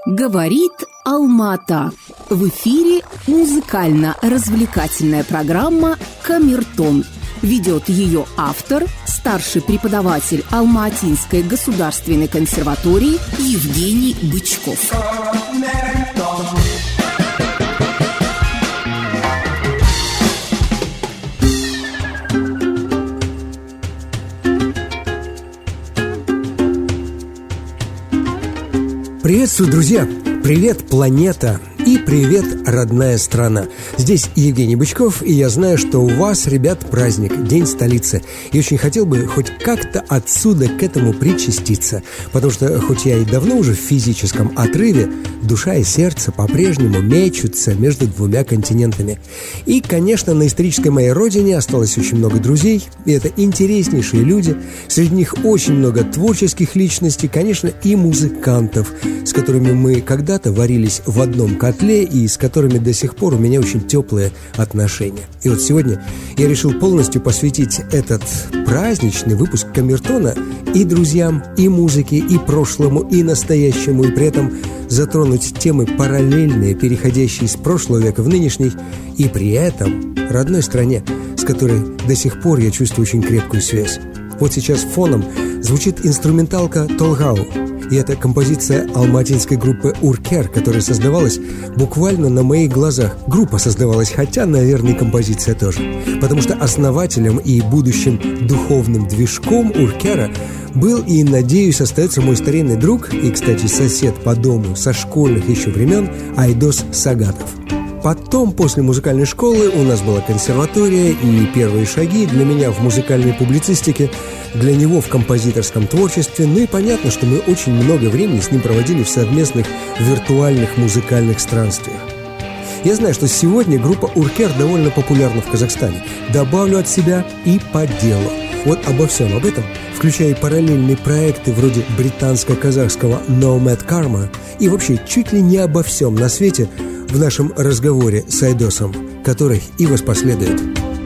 Говорит Алма-Ата. В эфире музыкально-развлекательная программа «Камертон». Ведет ее автор, старший преподаватель Алма-Атинской государственной консерватории Евгений Бычков. Приветствую, друзья! Привет, планета! И привет, родная страна! Здесь Евгений Бычков, и я знаю, что у вас, ребят, праздник, День столицы. И очень хотел бы хоть как-то отсюда к этому причаститься. Потому что, хоть я и давно уже в физическом отрыве, душа и сердце по-прежнему мечутся между двумя континентами. И, конечно, на исторической моей родине осталось очень много друзей, и это интереснейшие люди. Среди них очень много творческих личностей, конечно, и музыкантов, с которыми мы когда-то варились в одном котле и с которыми до сих пор у меня очень теплые отношения. И вот сегодня я решил полностью посвятить этот праздничный выпуск камертона и друзьям, и музыке, и прошлому, и настоящему, и при этом затронуть темы параллельные, переходящие из прошлого века в нынешний, и при этом родной стране, с которой до сих пор я чувствую очень крепкую связь. Вот сейчас фоном звучит инструменталка «Толгау». И это композиция алма-атинской группы «Уркер», которая создавалась буквально на моих глазах. Группа создавалась, хотя, наверное, композиция тоже. Потому что основателем и будущим духовным движком «Уркера» был и, надеюсь, остается мой старинный друг и, кстати, сосед по дому со школьных еще времен Айдос Сагатов. Потом, после музыкальной школы, у нас была консерватория и первые шаги для меня в музыкальной публицистике, для него в композиторском творчестве. Ну и понятно, что мы очень много времени с ним проводили в совместных виртуальных музыкальных странствиях. Я знаю, что сегодня группа «Уркер» довольно популярна в Казахстане. Добавлю от себя и по делу. Вот обо всем об этом, включая параллельные проекты вроде британско-казахского Nomad Karma и вообще чуть ли не обо всем на свете в нашем разговоре с Айдосом, который и воспоследует.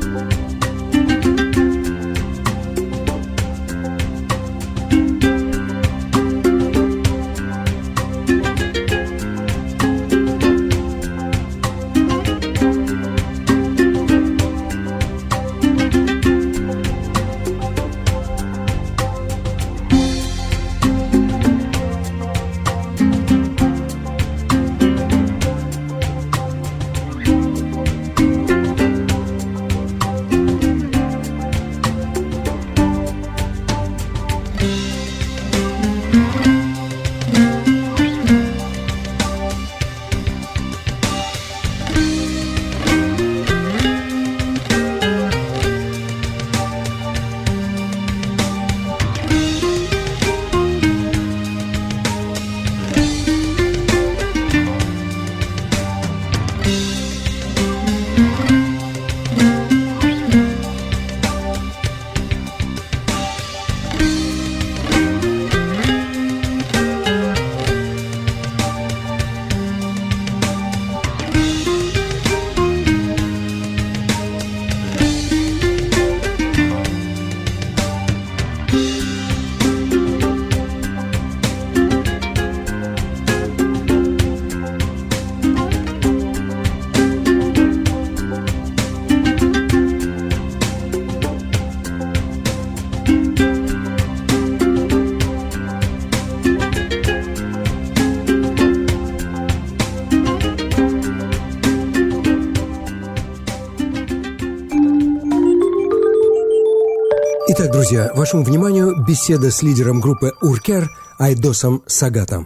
Итак, друзья, вашему вниманию беседа с лидером группы «Уркер» Айдосом Сагатом.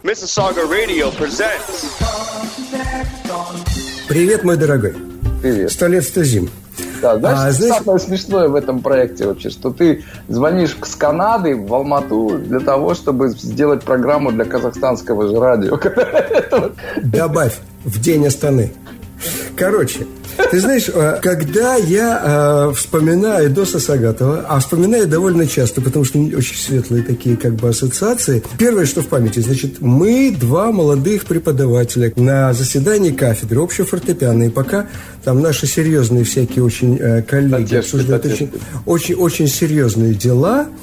Привет, мой дорогой. Привет. 100 лет 100 зим. Да, знаешь, самое смешное в этом проекте вообще, что ты звонишь с Канады в Алмату для того, чтобы сделать программу для казахстанского же радио. Добавь в день Астаны. Короче, ты знаешь, когда я вспоминаю Айдоса Сагатова, а вспоминаю довольно часто, потому что очень светлые такие как бы ассоциации, первое, что в памяти, значит, мы два молодых преподавателя на заседании кафедры общего фортепиано, и пока там наши серьезные всякие очень коллеги обсуждают очень серьезные дела,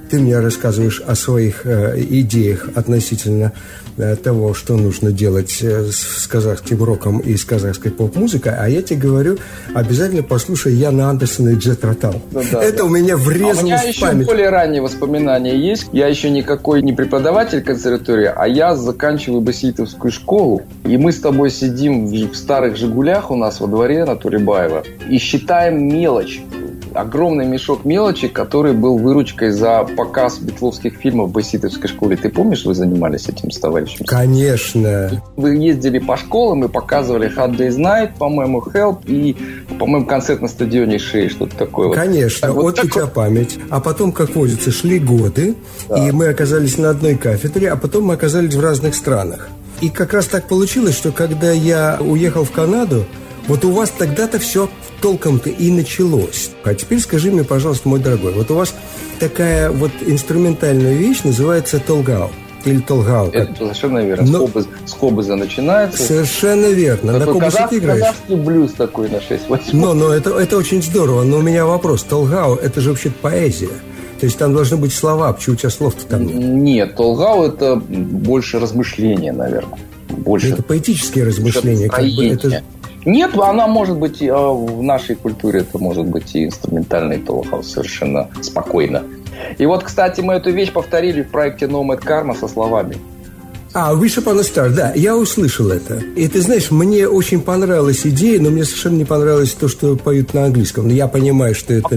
ты мне рассказываешь о своих идеях относительно того, что нужно делать с казахским роком и с казахской поп-музыкой, а я тебе говорю, обязательно послушай Яна Андерсона и Джет Ротал. Это у меня врезалось в память. У меня еще более ранние воспоминания есть. Я еще никакой не преподаватель консерватории, а я заканчиваю баситовскую школу, и мы с тобой сидим в старых «Жигулях» у нас во дворе на Турибаева и считаем мелочь. Огромный мешок мелочи, который был выручкой за показ битловских фильмов в баситовской школе. Ты помнишь, вы занимались этим с товарищем? Конечно. Вы ездили по школам и показывали Hard Day's Night, по-моему, Help и, по-моему, концерт на стадионе Шеи, что-то такое. Конечно, так, вот у тебя память. А потом, как водится, шли годы, и мы оказались на одной кафедре, а потом мы оказались в разных странах. И как раз так получилось, что когда я уехал в Канаду, вот у вас тогда-то все толком-то и началось. А теперь скажи мне, пожалуйста, мой дорогой, вот у вас такая вот инструментальная вещь называется толгау. Или толгау. Это совершенно верно. С хобыза начинается. Совершенно верно. Такой на хобызе ты играешь? Казахский блюз такой на 6/8. Но это очень здорово. Но у меня вопрос. Толгау – это же вообще-то поэзия. То есть там должны быть слова. Почему у тебя слов-то там нет? Нет, толгау – это больше размышления, наверное. Больше это поэтические размышления. Как бы это... Нет, она может быть в нашей культуре, это может быть и инструментальный толгау совершенно спокойно. И вот, кстати, мы эту вещь повторили в проекте Nomad Karma со словами. Wish Upon a Star, да, я услышал это. И ты знаешь, мне очень понравилась идея, но мне совершенно не понравилось то, что поют на английском. Но я понимаю, что это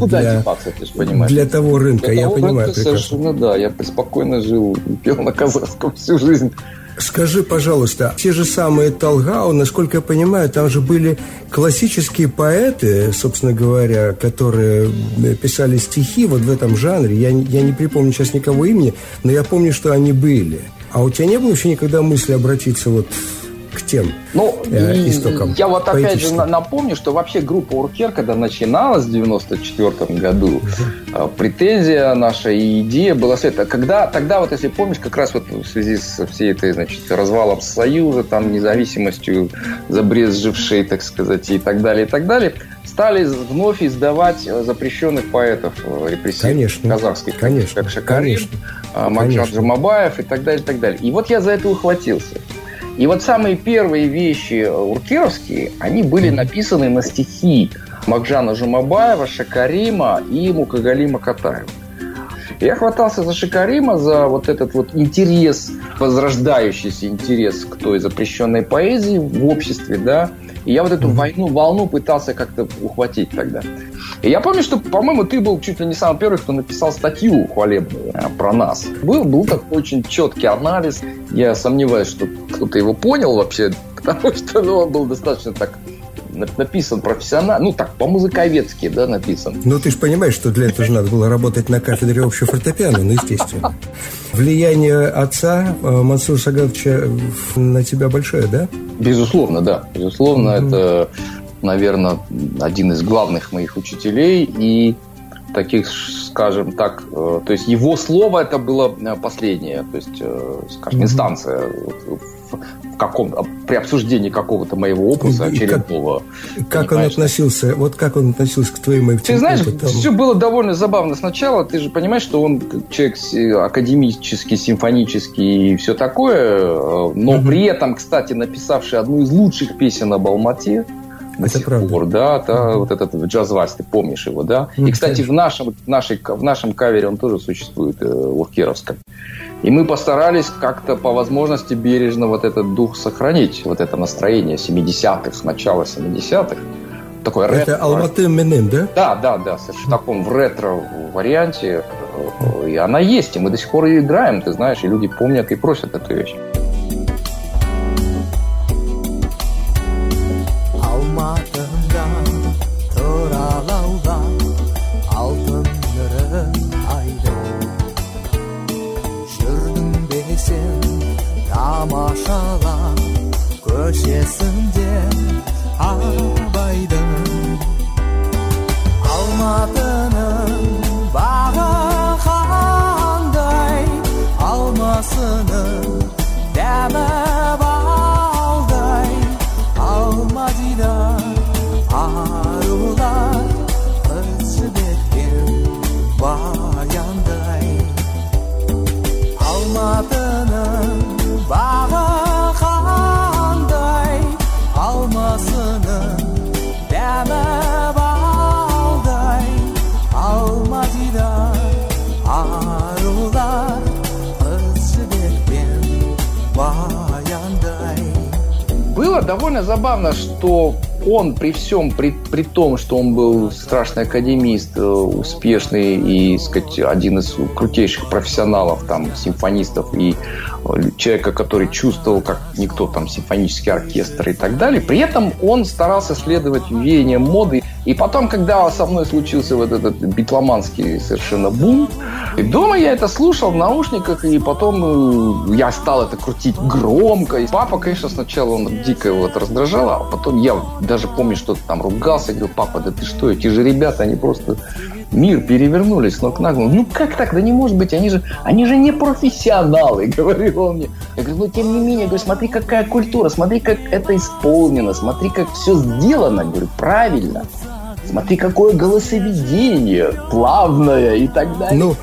для того рынка. Для я того понимаю рынка прекрасно. Совершенно, да, я спокойно жил и пел на казахском всю жизнь. Скажи, пожалуйста, те же самые толгау, насколько я понимаю, там же были классические поэты, собственно говоря, которые писали стихи вот в этом жанре. Я не припомню сейчас никого имени, но я помню, что они были. А у тебя не было вообще никогда мысли обратиться вот к тем истокам? Я вот опять же напомню, что вообще группа «Уркер», когда начиналась в 1994 году, претензия наша и идея была следующая. Тогда вот, если помнишь, как раз вот в связи со всей этой, значит, развалом Союза, там, независимостью забрезжившей, так сказать, и так далее, стали вновь издавать запрещенных поэтов репрессивных казахских, как Шакарим, Макджан Джумабаев и так далее, и так далее. И вот я за это ухватился. И вот самые первые вещи уркеровские, они были написаны на стихи Макджана Жумабаева, Шакарима и Мукагалима Катаева. Я хватался за Шакарима, за вот этот вот интерес, возрождающийся интерес к той запрещенной поэзии в обществе, да. И я вот эту волну пытался как-то ухватить тогда. И я помню, что, по-моему, ты был чуть ли не самый первый, кто написал статью хвалебную про нас. Был такой очень четкий анализ. Я сомневаюсь, что кто-то его понял вообще, потому что он был достаточно так написан профессионально, так, по-музыковедски, да, написан. Ну, ты же понимаешь, что для этого же надо было работать на кафедре общего фортепиано, естественно. Влияние отца Мансура Сагадовича на тебя большое, да? Безусловно, да. Безусловно, это, наверное, один из главных моих учителей и таких, скажем так, то есть его слово это было последнее, то есть, скажем, инстанция при обсуждении какого-то моего опуса очередного. Как он относился к твоим опытам? Ты знаешь, все было довольно забавно сначала. Ты же понимаешь, что он человек академический, симфонический и все такое, но при этом, кстати, написавший одну из лучших песен об Алмате. До сих пор, да, вот этот джаз-вальс, ты помнишь его, да? И, кстати, в нашем кавере он тоже существует, уркеровском. И мы постарались как-то по возможности бережно вот этот дух сохранить, вот это настроение 70-х, начала 70-х. Такой ретро. Это Алматы Менен, да? Да, в таком ретро-варианте. И она есть, и мы до сих пор ее играем, ты знаешь, и люди помнят и просят эту вещь. Тамашала көшесінде абайдың Алматының бағы қандай алмасының дәмі балдай Алматыда арулар қыз жібектен баяндай алматының бағы қандай, алмасының дәмі балдай. Алматыда арулар қыз жібекпен баяндай. Было довольно забавно, что он при всем, при том, что он был страшный академист, успешный и, сказать, один из крутейших профессионалов, там, симфонистов и человека, который чувствовал, как никто, там, симфонический оркестр и так далее, при этом он старался следовать веяниям моды. И потом, когда со мной случился вот этот битломанский совершенно бум, и дома я это слушал в наушниках, и потом я стал это крутить громко. И папа, конечно, сначала он дико его раздражал, а потом я даже помню, что-то там ругался, говорил: папа, да ты что, эти же ребята, они просто мир перевернули с ног на голову. Ну как так? Да не может быть, они же не профессионалы, говорил он мне. Я говорю, ну тем не менее, говорю, смотри, какая культура, смотри, как это исполнено, смотри, как все сделано, говорю, правильно. Смотри, какое голосоведение, плавное и так далее. Ну,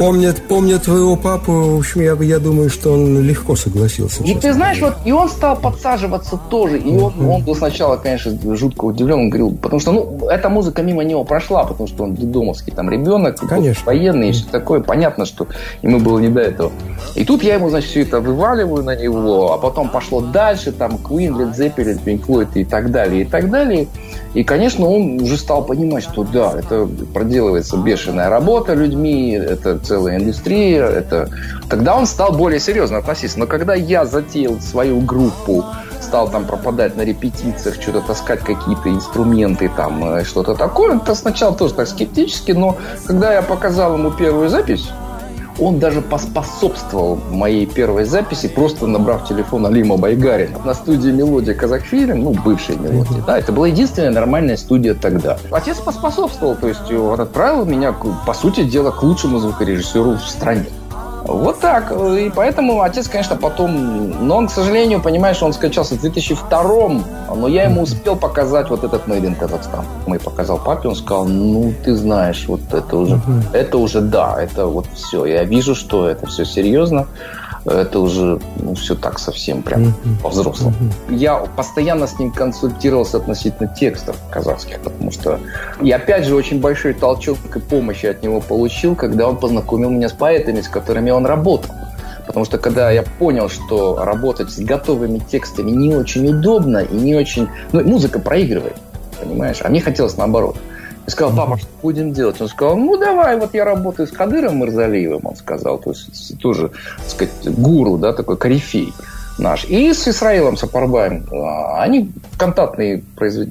помнят твоего папу, в общем, я думаю, что он легко согласился. И ты знаешь, вот, и он стал подсаживаться тоже. И он был сначала, конечно, жутко удивлен. Он говорил, потому что, эта музыка мимо него прошла, потому что он детдомовский там ребенок, военный и все такое. Понятно, что ему было не до этого. И тут я ему, значит, все это вываливаю на него, а потом пошло дальше, там, Queen, Led Zeppelin, Pink Floyd и так далее, и так далее. И, конечно, он уже стал понимать, что да, это проделывается бешеная работа людьми, это целая индустрия, Тогда он стал более серьезно относиться. Но когда я затеял свою группу, стал там пропадать на репетициях, что-то таскать какие-то инструменты, там, что-то такое, это сначала тоже так скептически, но когда я показал ему первую запись, он даже поспособствовал моей первой записи, просто набрав телефон Алима Байгарина на студии «Мелодия Казахфильм», бывшая «Мелодия». Да, это была единственная нормальная студия тогда. Отец поспособствовал, то есть он отправил меня, по сути дела, к лучшему звукорежиссеру в стране. Вот так. И поэтому отец, конечно, потом... Но он, к сожалению, понимаешь, он скончался в 2002-м, но я ему успел показать вот этот Made in Kazakhstan. Я показал папе, он сказал, ты знаешь, вот это уже, да, это вот все. Я вижу, что это все серьезно. Это уже все так совсем прям по-взрослому. Я постоянно с ним консультировался относительно текстов казахских, потому что я, опять же, очень большой толчок и помощи от него получил, когда он познакомил меня с поэтами, с которыми он работал. Потому что когда я понял, что работать с готовыми текстами не очень удобно и не очень... музыка проигрывает, понимаешь? А мне хотелось наоборот. Я сказал, папа, что будем делать? Он сказал, давай, вот я работаю с Кадыром Мырзалиевым, он сказал, то есть тоже, так сказать, гуру, да, такой корифей наш. И с Исраилом Сапарбаем. Они контактные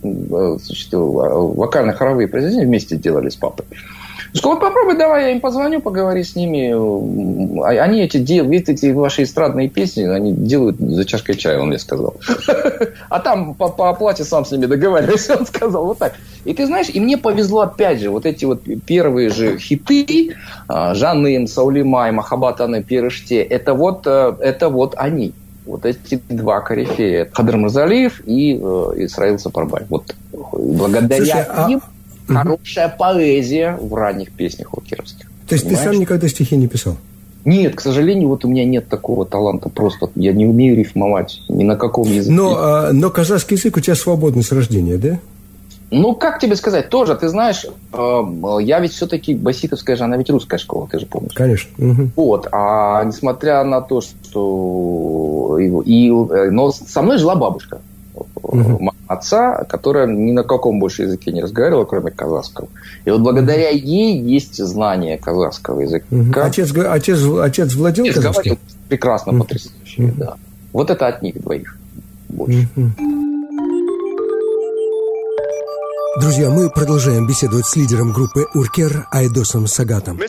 вокально-хоровые произведения вместе делали с папой. Он сказал, попробуй, давай, я им позвоню, поговори с ними. Они эти ваши эстрадные песни, они делают за чашкой чая, он мне сказал. А там по оплате сам с ними договаривайся, он сказал, вот так. И ты знаешь, и мне повезло опять же, вот эти вот первые же хиты, Жаным, Саулимай, Махаббат Аны Перыште, это вот они. Вот эти два корифея. Кадыр Мырзалиев и Исраил Сапарбай. Вот благодаря им хорошая поэзия в ранних песнях океровских. То есть понимаешь? Ты сам никогда стихи не писал? Нет, к сожалению, вот у меня нет такого таланта. Просто я не умею рифмовать ни на каком языке. Но казахский язык у тебя свободный с рождения, да? Как тебе сказать, тоже, ты знаешь, я ведь все-таки, Баситовская же, она ведь русская школа, ты же помнишь. Конечно. Вот, а несмотря на то, что... Но со мной жила бабушка. Отца, которая ни на каком больше языке не разговаривала, кроме казахского. И вот благодаря ей есть знание казахского языка. Отец владел казахским? Прекрасно, потрясающе, да. Вот это от них двоих больше. Друзья, мы продолжаем беседовать с лидером группы «Уркер» Айдосом Сагатом.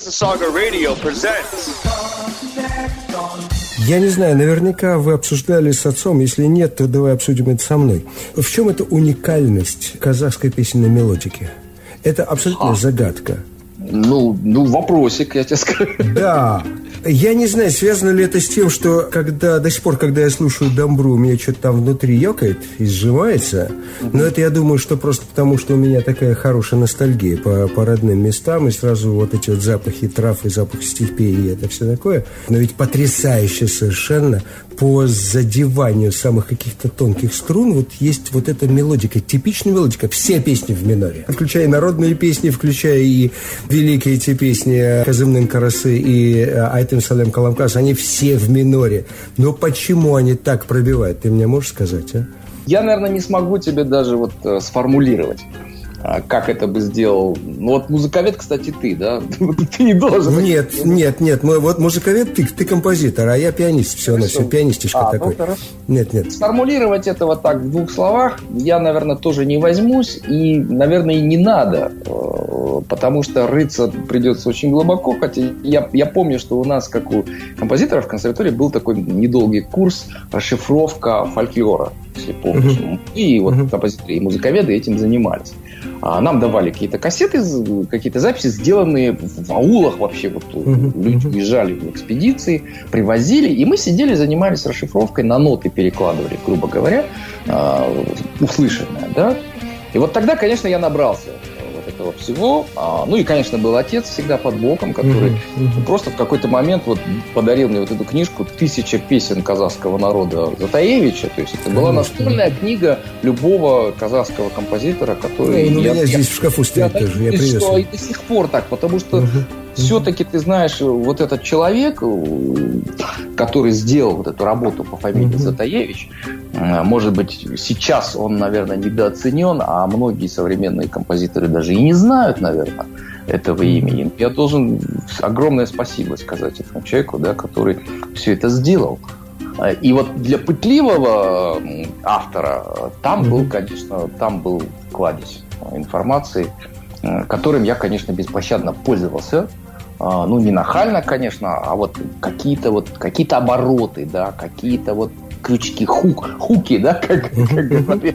Я не знаю, наверняка вы обсуждали с отцом. Если нет, то давай обсудим это со мной. В чем эта уникальность казахской песенной мелодики? Это абсолютная загадка. Вопросик, я тебе скажу. Да. Я не знаю, связано ли это с тем, что до сих пор, когда я слушаю Домбру, у меня что-то там внутри ёкает и сжимается. Но это, я думаю, что просто потому, что у меня такая хорошая ностальгия по родным местам, и сразу вот эти вот запахи трав и запах степей, и это все такое. Но ведь потрясающе совершенно по задеванию самых каких-то тонких струн вот есть вот эта мелодика, типичная мелодика. Все песни в миноре, включая народные песни, включая и великие эти песни «Казымнын карасы» и «Айтын салем каламкас», они все в миноре. Но почему они так пробивают? Ты мне можешь сказать, а? Я, наверное, не смогу тебе даже вот сформулировать, как это бы сделал. Ну, вот музыковед, кстати, ты, да? Ты не должен. Нет. Вот музыковед ты композитор, а я пианист. Все, пианистишка такой. Ну, нет. Сформулировать этого так в двух словах я, наверное, тоже не возьмусь. И, наверное, и не надо. Потому что рыться придется очень глубоко. Хотя я помню, что у нас, как у композиторов в консерватории, был такой недолгий курс «Расшифровка фольклора», если помнишь. И вот композиторы и музыковеды этим занимались. Нам давали какие-то кассеты, какие-то записи, сделанные в аулах вообще. Вот люди уезжали в экспедиции, привозили, и мы сидели, занимались расшифровкой, на ноты перекладывали, грубо говоря, услышанное, да. И вот тогда, конечно, я набрался вот этого всего. Ну и, конечно, был отец всегда под боком, который просто в какой-то момент вот подарил мне вот эту книжку «1000 песен казахского народа» Затаевича. То есть это была настольная книга любого казахского композитора, который... Ну, у меня здесь в шкафу стоит тоже, я привез. И до сих пор так, потому что все-таки, ты знаешь, вот этот человек, который сделал вот эту работу по фамилии Затаевич, может быть, сейчас он, наверное, недооценен, а многие современные композиторы даже и не знают, наверное, этого имени. Я должен огромное спасибо сказать этому человеку, да, который все это сделал. И вот для пытливого автора там был, конечно, кладезь информации, которым я, конечно, беспощадно пользовался. Ну, не нахально, конечно, а вот какие-то обороты, да, какие-то вот крючки, хуки, да, как говорят,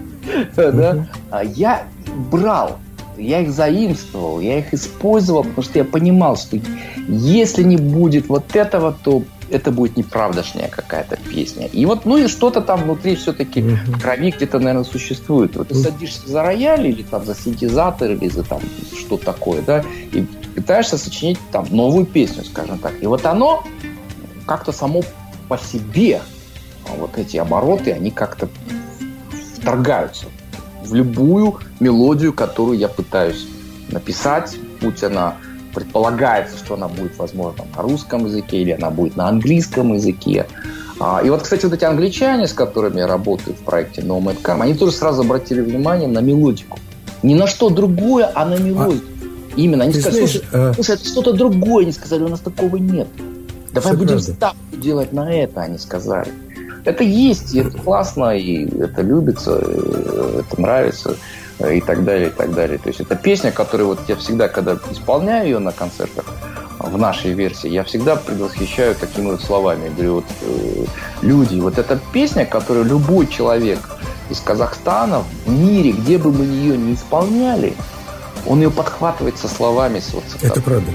да. Я брал, я их заимствовал, я их использовал, потому что я понимал, что если не будет вот этого, то это будет неправдошняя какая-то песня. И вот, ну и что-то там внутри все-таки в крови где-то, наверное, существует. Вот ты садишься за рояль или там за синтезатор или за там что такое, да, и пытаешься сочинить там новую песню, скажем так. И вот оно как-то само по себе, вот эти обороты, они как-то вторгаются в любую мелодию, которую я пытаюсь написать, будь она... Предполагается, что она будет, возможно, на русском языке или она будет на английском языке. И вот, кстати, вот эти англичане, с которыми я работаю в проекте No Mad Karma, они тоже сразу обратили внимание на мелодику. Не на что другое, а на мелодику. Именно. Они сказали, слушай, это что-то другое. Они сказали, у нас такого нет. Давай все будем правда. ставку делать на это, они сказали. Это есть, и это классно, и это любится, и это нравится. И так далее, и так далее. То есть это песня, которую вот я всегда, когда исполняю ее на концертах в нашей версии, я всегда предвосхищаю такими вот словами. Я говорю, вот люди, вот эта песня, которую любой человек из Казахстана в мире, где бы мы ее не исполняли, он ее подхватывает со словами. Это правда.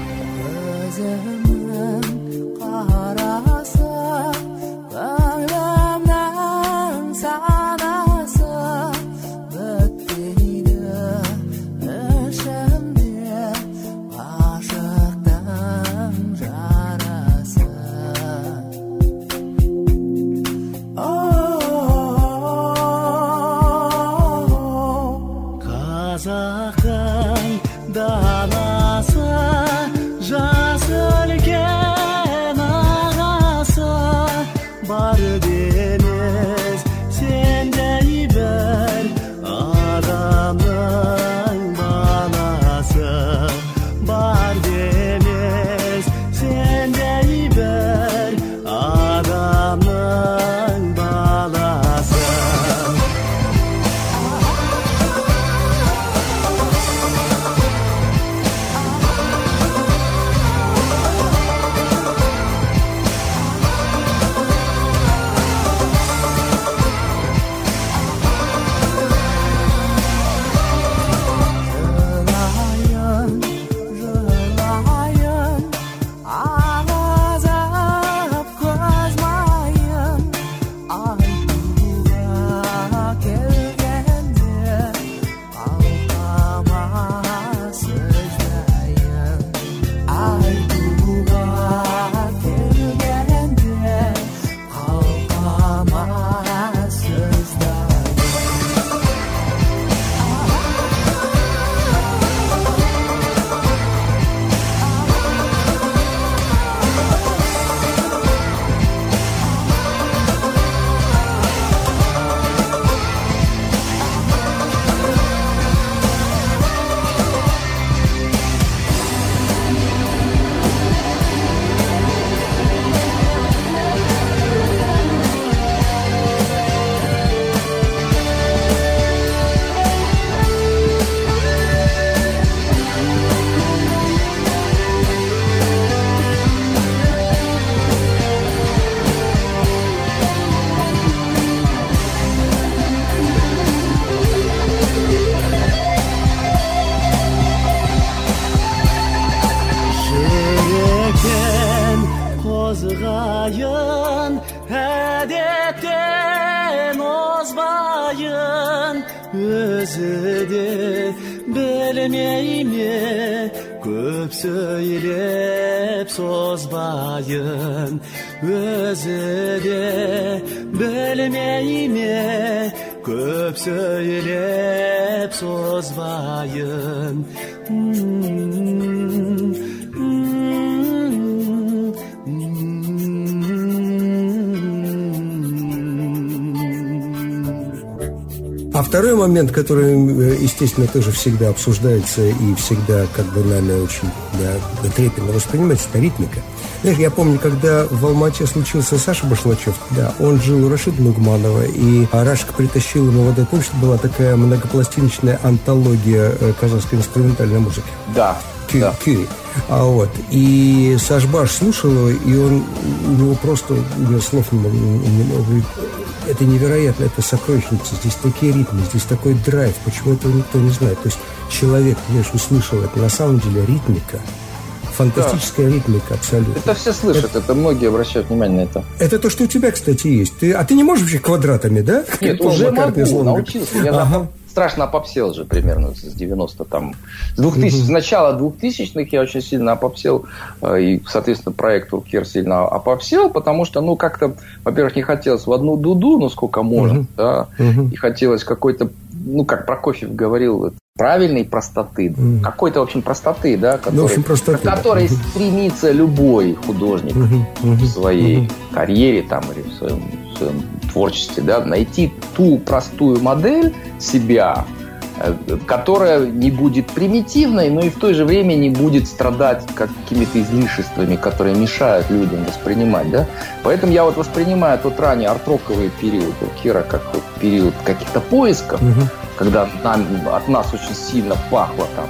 Қазақай даласы озбайын, әдеттен озбайын, өзі де білмей ме, көп сөйлеп созбайын, өзі де білмей ме, көп сөйлеп созбайын. А второй момент, который, естественно, тоже всегда обсуждается и всегда как бы нами очень трепетно воспринимается, это ритмика. Знаешь, я помню, когда в Алма-Ате случился Саша Башлачев, да, он жил у Рашида Нугманова, и Рашка притащил ему, вот, помнишь, была такая многопластиночная антология казахской инструментальной музыки? Да. Кюри. И Саш Баш слушал его, и у него просто, у него слов не мог. Это невероятно, это сокровищница. Здесь такие ритмы, здесь такой драйв. Почему этого никто не знает? То есть человек, понимаешь, услышал это. На самом деле ритмика. Фантастическая ритмика, абсолютно. Это все слышат, это многие обращают внимание на это. Это то, что у тебя, кстати, есть. А ты не можешь вообще квадратами, да? Нет, уже могу, научился. Я страшно опопсел же примерно с 90 там. С 2000, с начала 2000-х я очень сильно опопсел. И, соответственно, проект Уркер сильно опопсел, потому что, ну, как-то, во-первых, не хотелось в одну дуду, ну, сколько можно, да, и хотелось какой-то, ну, как Прокофьев говорил, правильной простоты, какой-то, в общем, простоты, да, которой стремится любой художник в своей карьере там, или в своем творчестве, да, найти ту простую модель себя, которая не будет примитивной, но и в то же время не будет страдать какими-то излишествами, которые мешают людям воспринимать, да. Поэтому я вот воспринимаю тот ранний арт-роковый период Уркера как вот период каких-то поисков, когда от нас очень сильно пахло там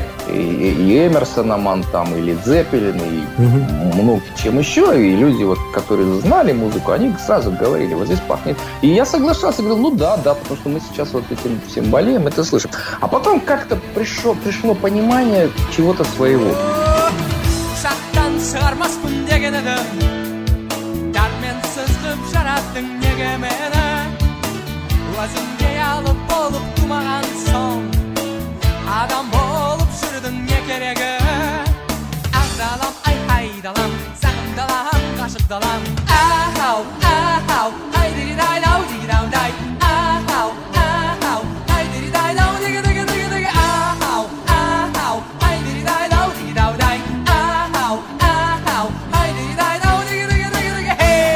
и Эмерсоном, там, и Лед Зеппелин, и много чем еще. И люди, вот, которые знали музыку, они сразу говорили, вот здесь пахнет. И я соглашался, говорил, ну да, потому что мы сейчас вот этим всем болеем, это слышим. А потом как-то пришло понимание чего-то своего. Адам болып жүрдің не керегі Ағдалам, айдалам, сағындалам, қашықталам Ау, айдыридайдау, дигидаудай Ау, айдыридайдау, диги-диги-диги-диги Ау, айдыридайдау, дигидаудай Ау, айдыридайдау, диги-диги-диги-диги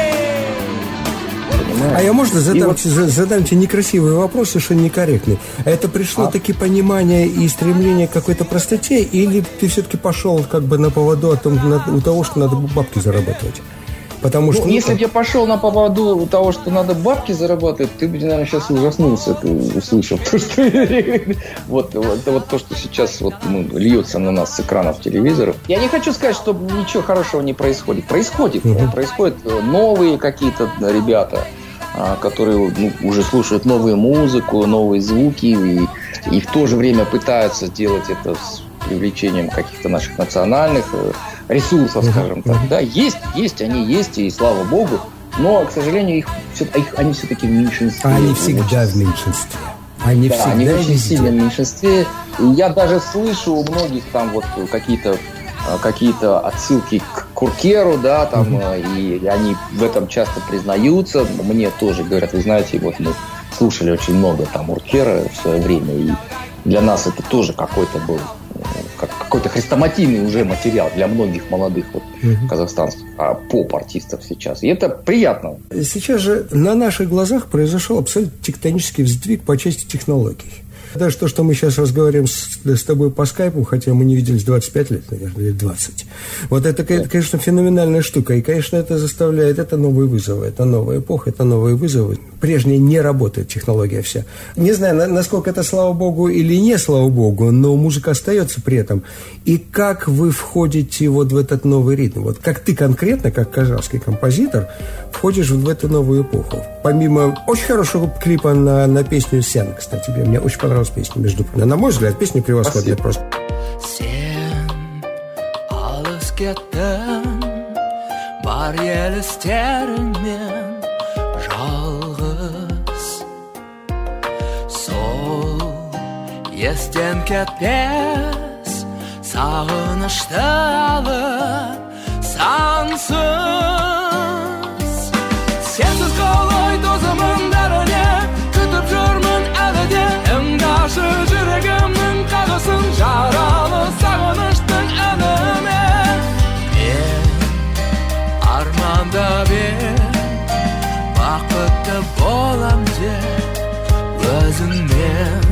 А я, можно, задам тебе некрасивый вопрос, совершенно некорректный. Это пришло таки понимание и стремление к какой-то простоте, или ты все-таки пошел как бы на поводу у того, что надо бабки зарабатывать? Потому что, если бы я пошел на поводу того, что надо бабки зарабатывать, ты бы, наверное, сейчас ужаснулся, услышав то, что вот то, что сейчас вот, льется на нас с экранов телевизоров. Я не хочу сказать, что ничего хорошего не происходит. Происходят новые какие-то ребята, которые уже слушают новую музыку, новые звуки, и в то же время пытаются сделать это с привлечением каких-то наших национальных ресурсов, скажем так. Да, есть, они есть, и слава богу, но, к сожалению, они все-таки в меньшинстве. Они всегда в меньшинстве. Они очень сильно в меньшинстве. И я даже слышу у многих там вот какие-то отсылки к Уркеру, да, там, и они в этом часто признаются. Мне тоже говорят, вы знаете, вот мы слушали очень много там Уркера в свое время, и для нас это тоже какой-то был какой-то хрестоматийный уже материал для многих молодых казахстанских поп-артистов сейчас. И это приятно. Сейчас же на наших глазах произошел абсолютно тектонический сдвиг по части технологий. Даже то, что мы сейчас разговариваем с тобой по скайпу, хотя мы не виделись 25 лет, наверное, или 20. Вот это, конечно, феноменальная штука. И, конечно, это заставляет, это новые вызовы, это новая эпоха, это новые вызовы. Прежняя не работает технология вся. Не знаю, насколько это слава богу или не слава богу, но музыка остается при этом. И как вы входите вот в этот новый ритм? Вот как ты конкретно, как казахский композитор, входишь в эту новую эпоху? Помимо очень хорошего клипа на песню «Сен», кстати, мне очень понравилась песня, между прочим. На мой взгляд, песня превосходная просто. Сен алыс кеттің, бар елестеріңмен жалғыз. Сол естен кетпес сағынышты алып сансыз. Сенсіз қалай тозымын бәріне, күтіп жүрмін әлі де. Тыңдашы жүрегімнің қағысын, жаралы сағыныштың әніме. Мен арманда бер, бақытты болам деп өзіңмен.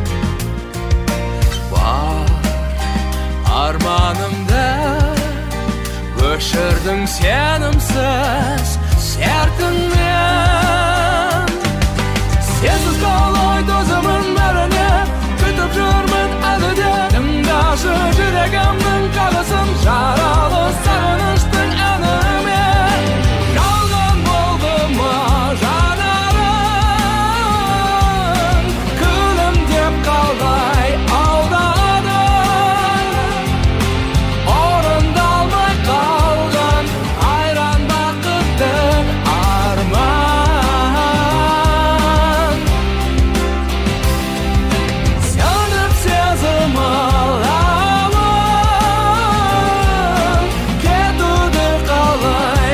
Бар арманымды өшірдің сенімсіз сертіңмен. Сенсіз қалай төзімін бәріне, күтіп жүрмін әлі де. Тыңдашы жүрегімнің қағысын, жаралы сағыныштың әніме. Жалған болды ма жанарың, күлімдеп қалай алдадың. Орындалмай қалған айран бақыттың арман. Сөніп сезім аламын, кетуді қалай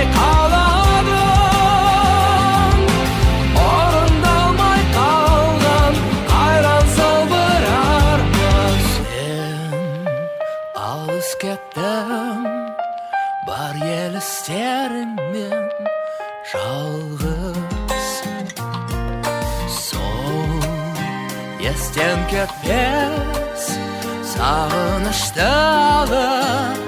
қаладың. Орындалмай қалған айран салбырармын. Сен алыс кеттің, бар елестеріңмен жалғыз. Сол естен кетпес сағынышты алып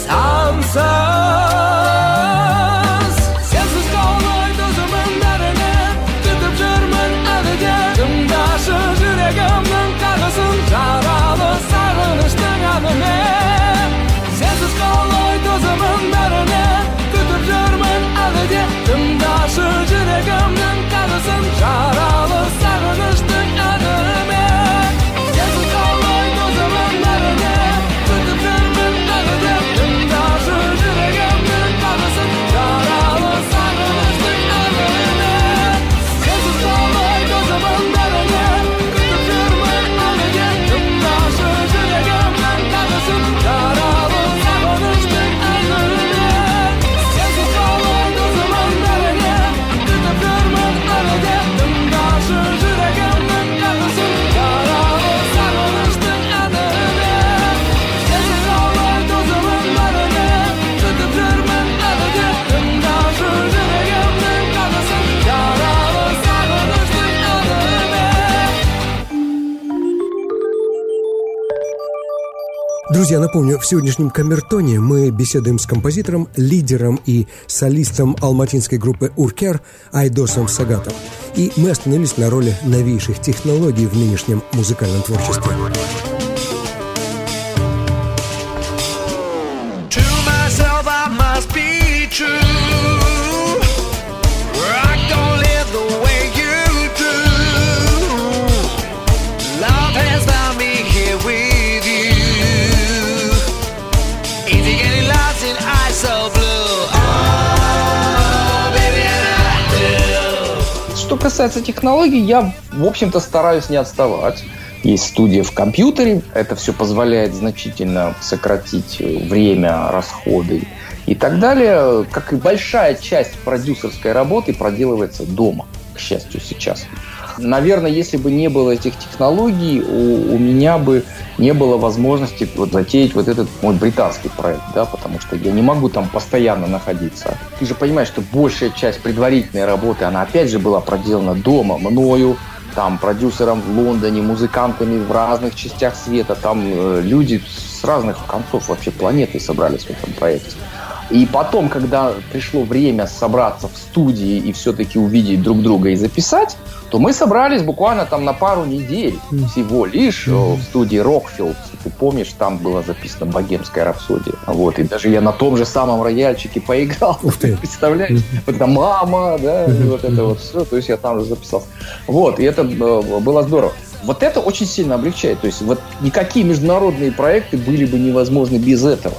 сансыз. Сенсіз қалай төзімін бәріне, күтіп жүрмін әлі де. Тыңдашы жүрегімнің қағысын, жаралы сағыныштың әніме. Сенсіз қалай төзімін бәріне, күтіп жүрмін әлі де. Тыңдашы жүрегімнің қағысын, жаралы сағыныштың әніме. Сенсіз қалай төзімін бәріне, күтіп жүрмін әлі де. Тыңдашы жүрегімнің қағысын, жаралы сағыныштың әніме. Сенсіз қалай төзімін бәріне, күтіп жүрмін әлі де. Тыңдашы жүрегімнің қағысын, жаралы сағыныштың әніме. Сенсіз қалай төзімін бәріне, күтіп жүрмін әлі де. Тыңдашы жүрегімнің қағысын, жаралы сағыныштың әніме. Сенсіз қалай төзімін бәріне, күтіп жүрмін әлі де. Тыңдашы жүрегімнің қағысын, жаралы сағыныштың әніме. Друзья, напомню, в сегодняшнем камертоне мы беседуем с композитором, лидером и солистом алматинской группы «Уркер» Айдосом Сагатом. И мы остановились на роли новейших технологий в нынешнем музыкальном творчестве. To myself I must be true. I don't live the way you do. Love has found me here with you. Easy getting lost in eyes so blue. Oh, baby, and I do. Что касается технологий, я, в общем-то, стараюсь не отставать. Есть студия в компьютере, это все позволяет значительно сократить время, расходы и так далее. Как и большая часть продюсерской работы проделывается дома, к счастью, сейчас. Наверное, если бы не было этих технологий, у меня бы не было возможности затеять этот мой британский проект, да, потому что я не могу там постоянно находиться. Ты же понимаешь, что большая часть предварительной работы, она опять же была проделана дома, мною, там, продюсером в Лондоне, музыкантами в разных частях света, там люди с разных концов вообще планеты собрались в этом проекте. И потом, когда пришло время собраться в студии и все-таки увидеть друг друга и записать, то мы собрались буквально там на пару недель всего лишь в студии Rockfield. Ты помнишь, там была записана «Богемская рапсодия». Вот, и даже я на том же самом рояльчике поиграл. Представляешь? Это «Мама», да, вот это вот все. То есть я там же записался. Вот, и это было здорово. Вот это очень сильно облегчает. То есть вот никакие международные проекты были бы невозможны без этого.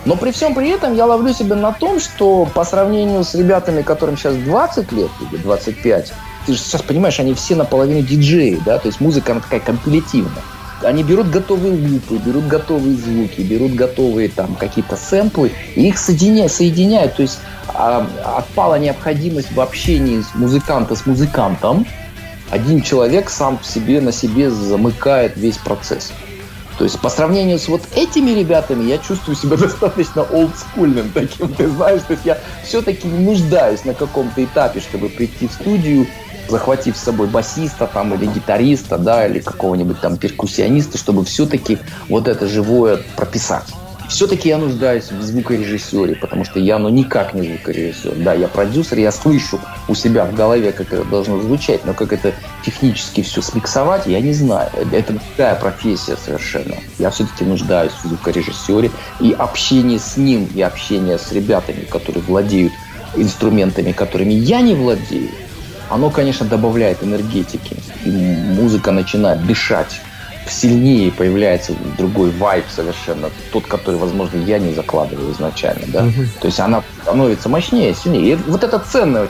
Но при всем при этом я ловлю себя на том, что по сравнению с ребятами, которым сейчас 20 лет или 25, ты же сейчас понимаешь, они все наполовину диджеи, да, то есть музыка, она такая компилятивная. Они берут готовые лупы, берут готовые звуки, берут готовые там какие-то сэмплы, и их соединяют. То есть отпала необходимость в общении музыканта с музыкантом. Один человек сам на себе замыкает весь процесс. То есть по сравнению с вот этими ребятами я чувствую себя достаточно олдскульным таким, ты знаешь. То есть я все-таки не нуждаюсь на каком-то этапе, чтобы прийти в студию, захватив с собой басиста там, или гитариста, да, или какого-нибудь там перкуссиониста, чтобы все-таки вот это живое прописать. Все-таки я нуждаюсь в звукорежиссере, потому что я никак не звукорежиссер. Да, я продюсер, я слышу у себя в голове, как это должно звучать, но как это технически все смиксовать, я не знаю. Это другая профессия совершенно. Я все-таки нуждаюсь в звукорежиссере, и общение с ним, и общение с ребятами, которые владеют инструментами, которыми я не владею, оно, конечно, добавляет энергетики. И музыка начинает дышать сильнее, появляется другой вайб совершенно. Тот, который, возможно, я не закладываю изначально. Да? То есть она становится мощнее, сильнее. И вот это ценная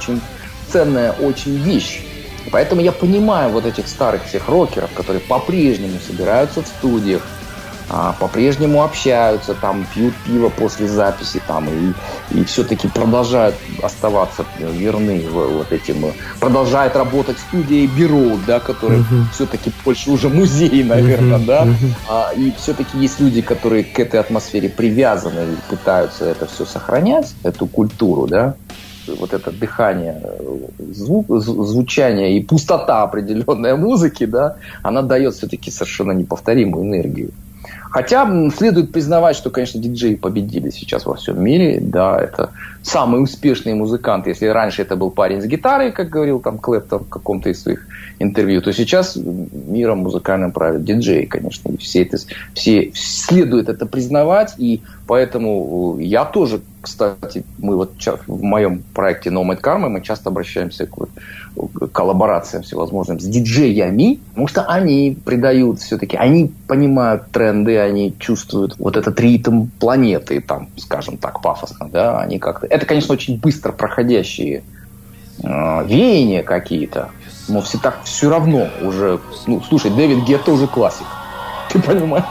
очень вещь. Поэтому я понимаю вот этих старых всех рокеров, которые по-прежнему собираются в студиях, по-прежнему общаются, там, пьют пиво после записи, там, и все-таки продолжают оставаться верны вот этим, продолжают работать студия Бюро, да, которые все-таки больше уже музей, наверное, да, и все-таки есть люди, которые к этой атмосфере привязаны и пытаются это все сохранять, эту культуру, да, вот это дыхание, звучание и пустота определенной музыки, да, она дает все-таки совершенно неповторимую энергию. Хотя следует признавать, что, конечно, диджеи победили сейчас во всем мире. Да, это самые успешные музыканты. Если раньше это был парень с гитарой, как говорил там Клэптон в каком-то из своих интервью, то сейчас миром музыкальным правят диджеи, конечно. И все следует это признавать. И поэтому я тоже, кстати, мы вот в моем проекте Nomad Karma мы часто обращаемся к коллаборациям всевозможным с диджеями, потому что они придают все-таки, они понимают тренды, они чувствуют вот этот ритм планеты, там, скажем так, пафосно, да, они как-то... Это, конечно, очень быстро проходящие веяния какие-то, но все равно уже... Ну, слушай, Дэвид Гетта уже классик, ты понимаешь?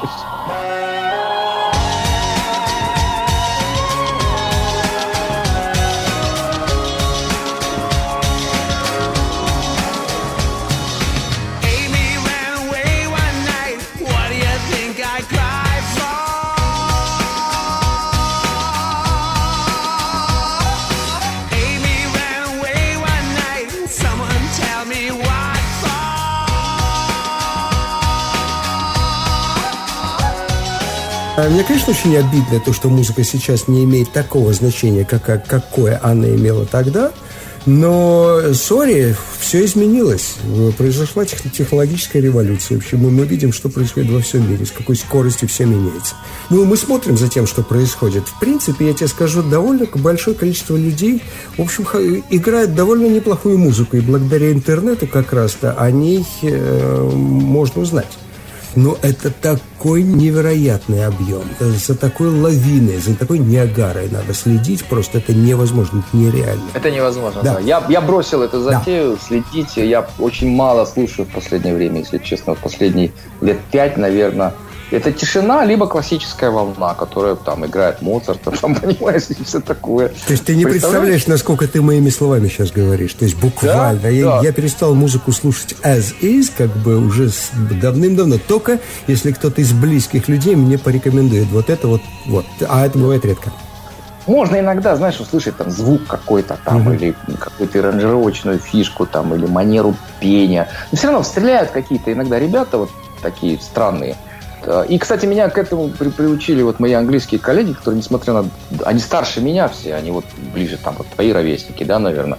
Мне, конечно, очень обидно то, что музыка сейчас не имеет такого значения, какое она имела тогда. Но, сори, все изменилось. Произошла технологическая революция. В общем, мы видим, что происходит во всем мире, с какой скоростью все меняется. Мы смотрим за тем, что происходит. В принципе, я тебе скажу, довольно большое количество людей, в общем, играет довольно неплохую музыку. И благодаря интернету как раз-то о ней можно узнать. Но это такой невероятный объем. За такой лавиной, за такой Ниагарой надо следить. Просто это невозможно, это нереально. Это невозможно, да. Я бросил эту затею, следить. Я очень мало слушаю в последнее время, если честно. Последние лет 5, наверное. Это тишина, либо классическая волна, которая там играет Моцарта, там, понимаешь, и все такое. То есть ты не представляешь, насколько ты моими словами сейчас говоришь. То есть буквально. Да, я перестал музыку слушать as is, как бы уже давным-давно. Только если кто-то из близких людей мне порекомендует вот это вот. А это бывает редко. Можно иногда, знаешь, услышать там звук какой-то там, или какую-то аранжировочную фишку там, или манеру пения. Но все равно стреляют какие-то иногда ребята вот такие странные. И, кстати, меня к этому приучили вот мои английские коллеги, которые, несмотря на... Они старше меня все, они вот ближе, там, вот твои ровесники, да, наверное.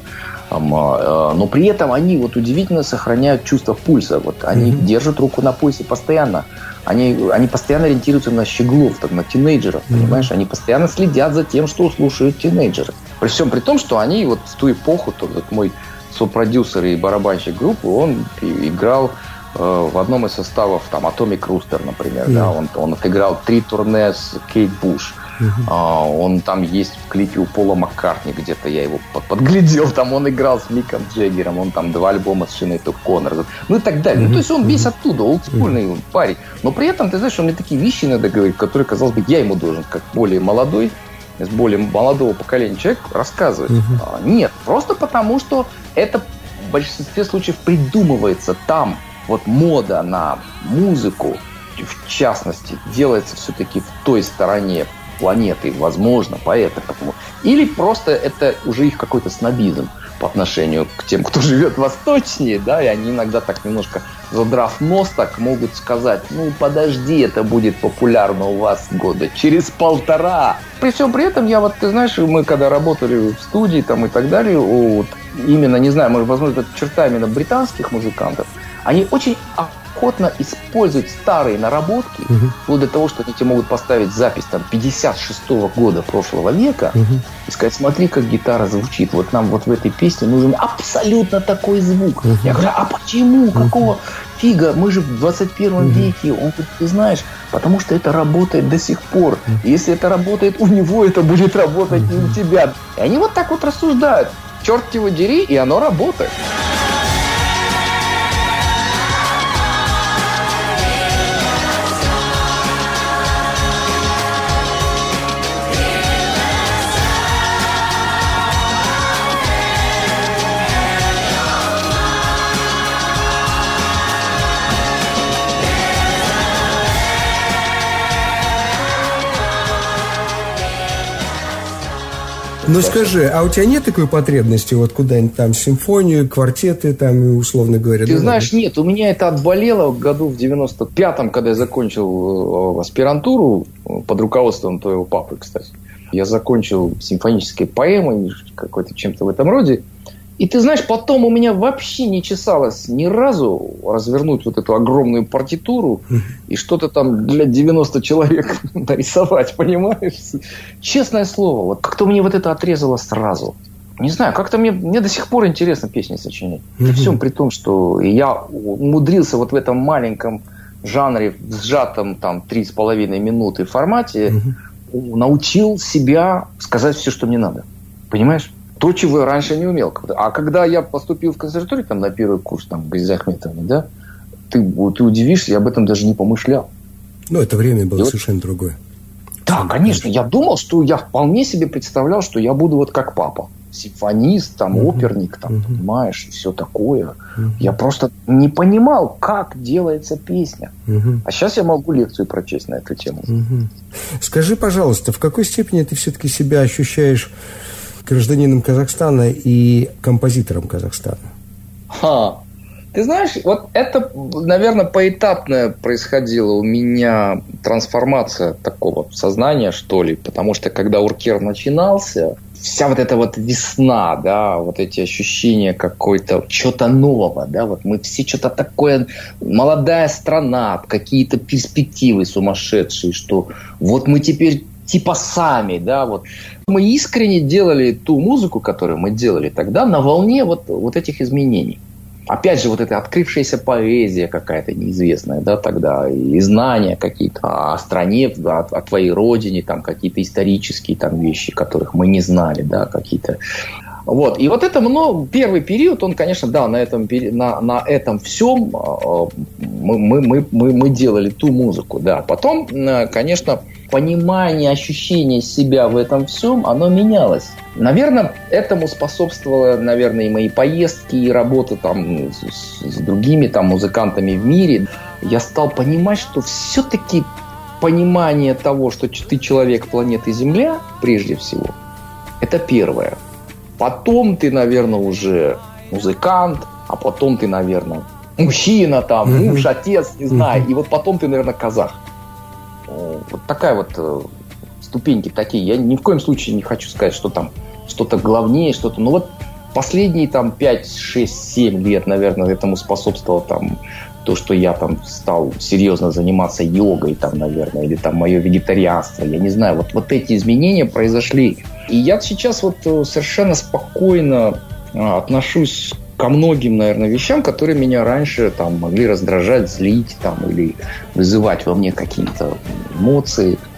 Но при этом они вот удивительно сохраняют чувство пульса. Вот они держат руку на пульсе постоянно. Они постоянно ориентируются на щеглов, так, на тинейджеров, понимаешь? Они постоянно следят за тем, что слушают тинейджеры. При всем при том, что они вот в ту эпоху, вот мой сопродюсер и барабанщик группы, он играл в одном из составов там Atomic Rooster, например, да, он отыграл 3 турне с Кейт Буш. Он там есть в клипе у Пола Маккартни, где-то я его подглядел, там он играл с Миком Джаггером, он там 2 альбома с Шиной Коннор, ну и так далее. Ну, то есть он весь оттуда, олдскульный парень. Но при этом, ты знаешь, он мне такие вещи иногда говорит, которые, казалось бы, я ему должен, как более молодой, с более молодого поколения человек, рассказывать. Нет, просто потому, что это в большинстве случаев придумывается там. Вот мода на музыку, в частности, делается все-таки в той стороне планеты, возможно, поэтому. Или просто это уже их какой-то снобизм по отношению к тем, кто живет восточнее, да, и они иногда так немножко, задрав нос, так могут сказать, ну, подожди, это будет популярно у вас года через 1,5. При всем при этом, я вот, ты знаешь, мы когда работали в студии там и так далее, вот, именно, не знаю, может, возможно, это черта именно британских музыкантов, они очень охотно используют старые наработки, вплоть до того, что они тебе могут поставить запись там 56-го года прошлого века и сказать, смотри, как гитара звучит, вот нам вот в этой песне нужен абсолютно такой звук. Я говорю, а почему? Какого фига? Мы же в 21 веке. Он говорит, ты знаешь, потому что это работает до сих пор. И если это работает у него, это будет работать и у тебя. И они вот так вот рассуждают. Черт его дери, и оно работает. Ну скажи, а у тебя нет такой потребности вот куда-нибудь там симфонию, квартеты там, условно говоря? Ты знаешь, нет, у меня это отболело в году в 95-м, когда я закончил аспирантуру под руководством твоего папы, кстати. Я закончил симфонической поэмой, какой-то чем-то в этом роде. И ты знаешь, потом у меня вообще не чесалось ни разу развернуть вот эту огромную партитуру и что-то там для 90 человек нарисовать, понимаешь? Честное слово, вот как-то мне вот это отрезало сразу. Не знаю, как-то мне до сих пор интересно песни сочинять. При всем при том, что я умудрился вот в этом маленьком жанре, в сжатом там 3,5 минуты формате, научил себя сказать все, что мне надо. Понимаешь? То, чего я раньше не умел. А когда я поступил в консерваторию там, на первый курс там, Газиз Ахметовны, да, ты удивишься, я об этом даже не помышлял. Ну, это время было совершенно другое. Да, конечно. Я думал, что я вполне себе представлял, что я буду вот как папа. Симфонист, там, оперник, там, понимаешь, и все такое. Я просто не понимал, как делается песня. А сейчас я могу лекцию прочесть на эту тему. Скажи, пожалуйста, в какой степени ты все-таки себя ощущаешь гражданином Казахстана и композитором Казахстана? Ты знаешь, вот это, наверное, поэтапно происходила у меня трансформация такого сознания, что ли, потому что когда Уркер начинался, вся вот эта вот весна, да, вот эти ощущения какой-то, чего-то нового, да, вот мы все что-то такое, молодая страна, какие-то перспективы сумасшедшие, что вот мы теперь типа сами, да, вот. Мы искренне делали ту музыку, которую мы делали тогда, на волне вот этих изменений. Опять же, вот эта открывшаяся поэзия какая-то неизвестная, да, тогда, и знания какие-то о стране, о твоей родине, там, какие-то исторические там вещи, которых мы не знали, да, какие-то. Вот. И вот это первый период, он, конечно, да, на этом всем мы делали ту музыку, да. Потом, конечно, понимание, ощущение себя в этом всем, оно менялось. Наверное, этому способствовало, наверное, и мои поездки, и работа там с другими там музыкантами в мире. Я стал понимать, что все-таки понимание того, что ты человек планеты Земля, прежде всего, это первое. Потом ты, наверное, уже музыкант, а потом ты, наверное, мужчина, там, муж, отец, не знаю. И вот потом ты, наверное, казах. Вот такая вот ступеньки такие. Я ни в коем случае не хочу сказать, что там что-то главнее, что-то. Но вот последние там 5, 6, 7 лет, наверное, этому способствовало там то, что я там стал серьезно заниматься йогой, там, наверное, или там мое вегетарианство. Я не знаю, вот эти изменения произошли. И я сейчас вот совершенно спокойно отношусь ко многим, наверное, вещам, которые меня раньше там могли раздражать, злить там, или вызывать во мне какие-то эмоции.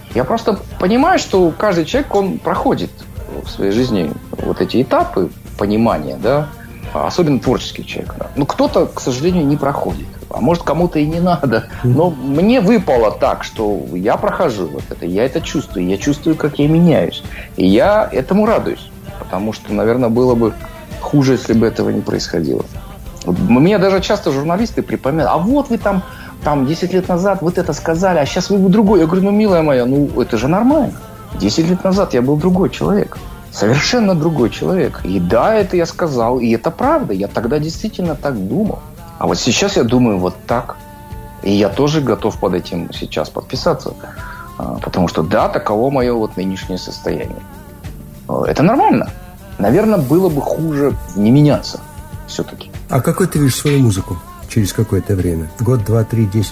Я просто понимаю, что каждый человек, он проходит в своей жизни вот эти этапы понимания, да, особенно творческий человек. Да. Но кто-то, к сожалению, не проходит. А может, кому-то и не надо. Но мне выпало так, что я прохожу вот это, я это чувствую. Я чувствую, как я меняюсь. И я этому радуюсь. Потому что, наверное, было бы хуже, если бы этого не происходило. Мне даже часто журналисты припоминают: а вот вы там 10 лет назад вот это сказали, а сейчас вы другой. Я говорю: ну, милая моя, ну, это же нормально. 10 лет назад я был другой человек. Совершенно другой человек. И да, это я сказал, и это правда. Я тогда действительно так думал. А вот сейчас я думаю вот так. И я тоже готов под этим сейчас подписаться. Потому что да, таково мое вот нынешнее состояние. Это нормально. Наверное, было бы хуже не меняться все-таки. А какой ты видишь свою музыку через какое-то время? Год, 2, 3, 10?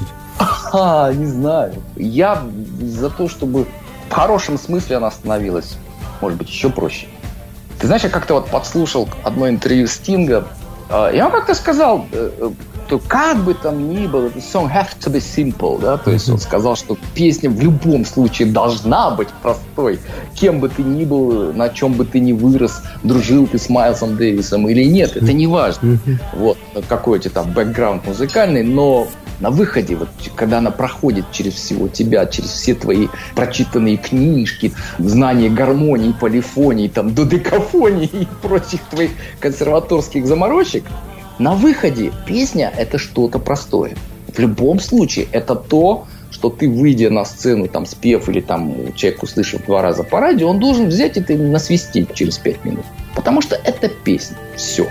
Не знаю. Я за то, чтобы в хорошем смысле она становилась, может быть, еще проще. Ты знаешь, я как-то вот подслушал одно интервью Стинга, и он как-то сказал, то как бы там ни было, the song has to be simple, да, то есть он сказал, что песня в любом случае должна быть простой, кем бы ты ни был, на чем бы ты ни вырос, дружил ты с Майлсом Дэвисом или нет, это не важно, вот, какой у тебя там бэкграунд музыкальный, но на выходе, вот, когда она проходит через всего тебя, через все твои прочитанные книжки, знание гармонии, полифонии, там, додекафонии и прочих твоих консерваторских заморочек, на выходе песня – это что-то простое. В любом случае, это то, что ты, выйдя на сцену, там, спев или там человек, услышав 2 раза по радио, он должен взять это и насвистеть через 5 минут. Потому что это песня. Все.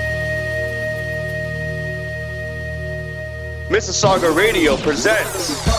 Mississauga Radio presents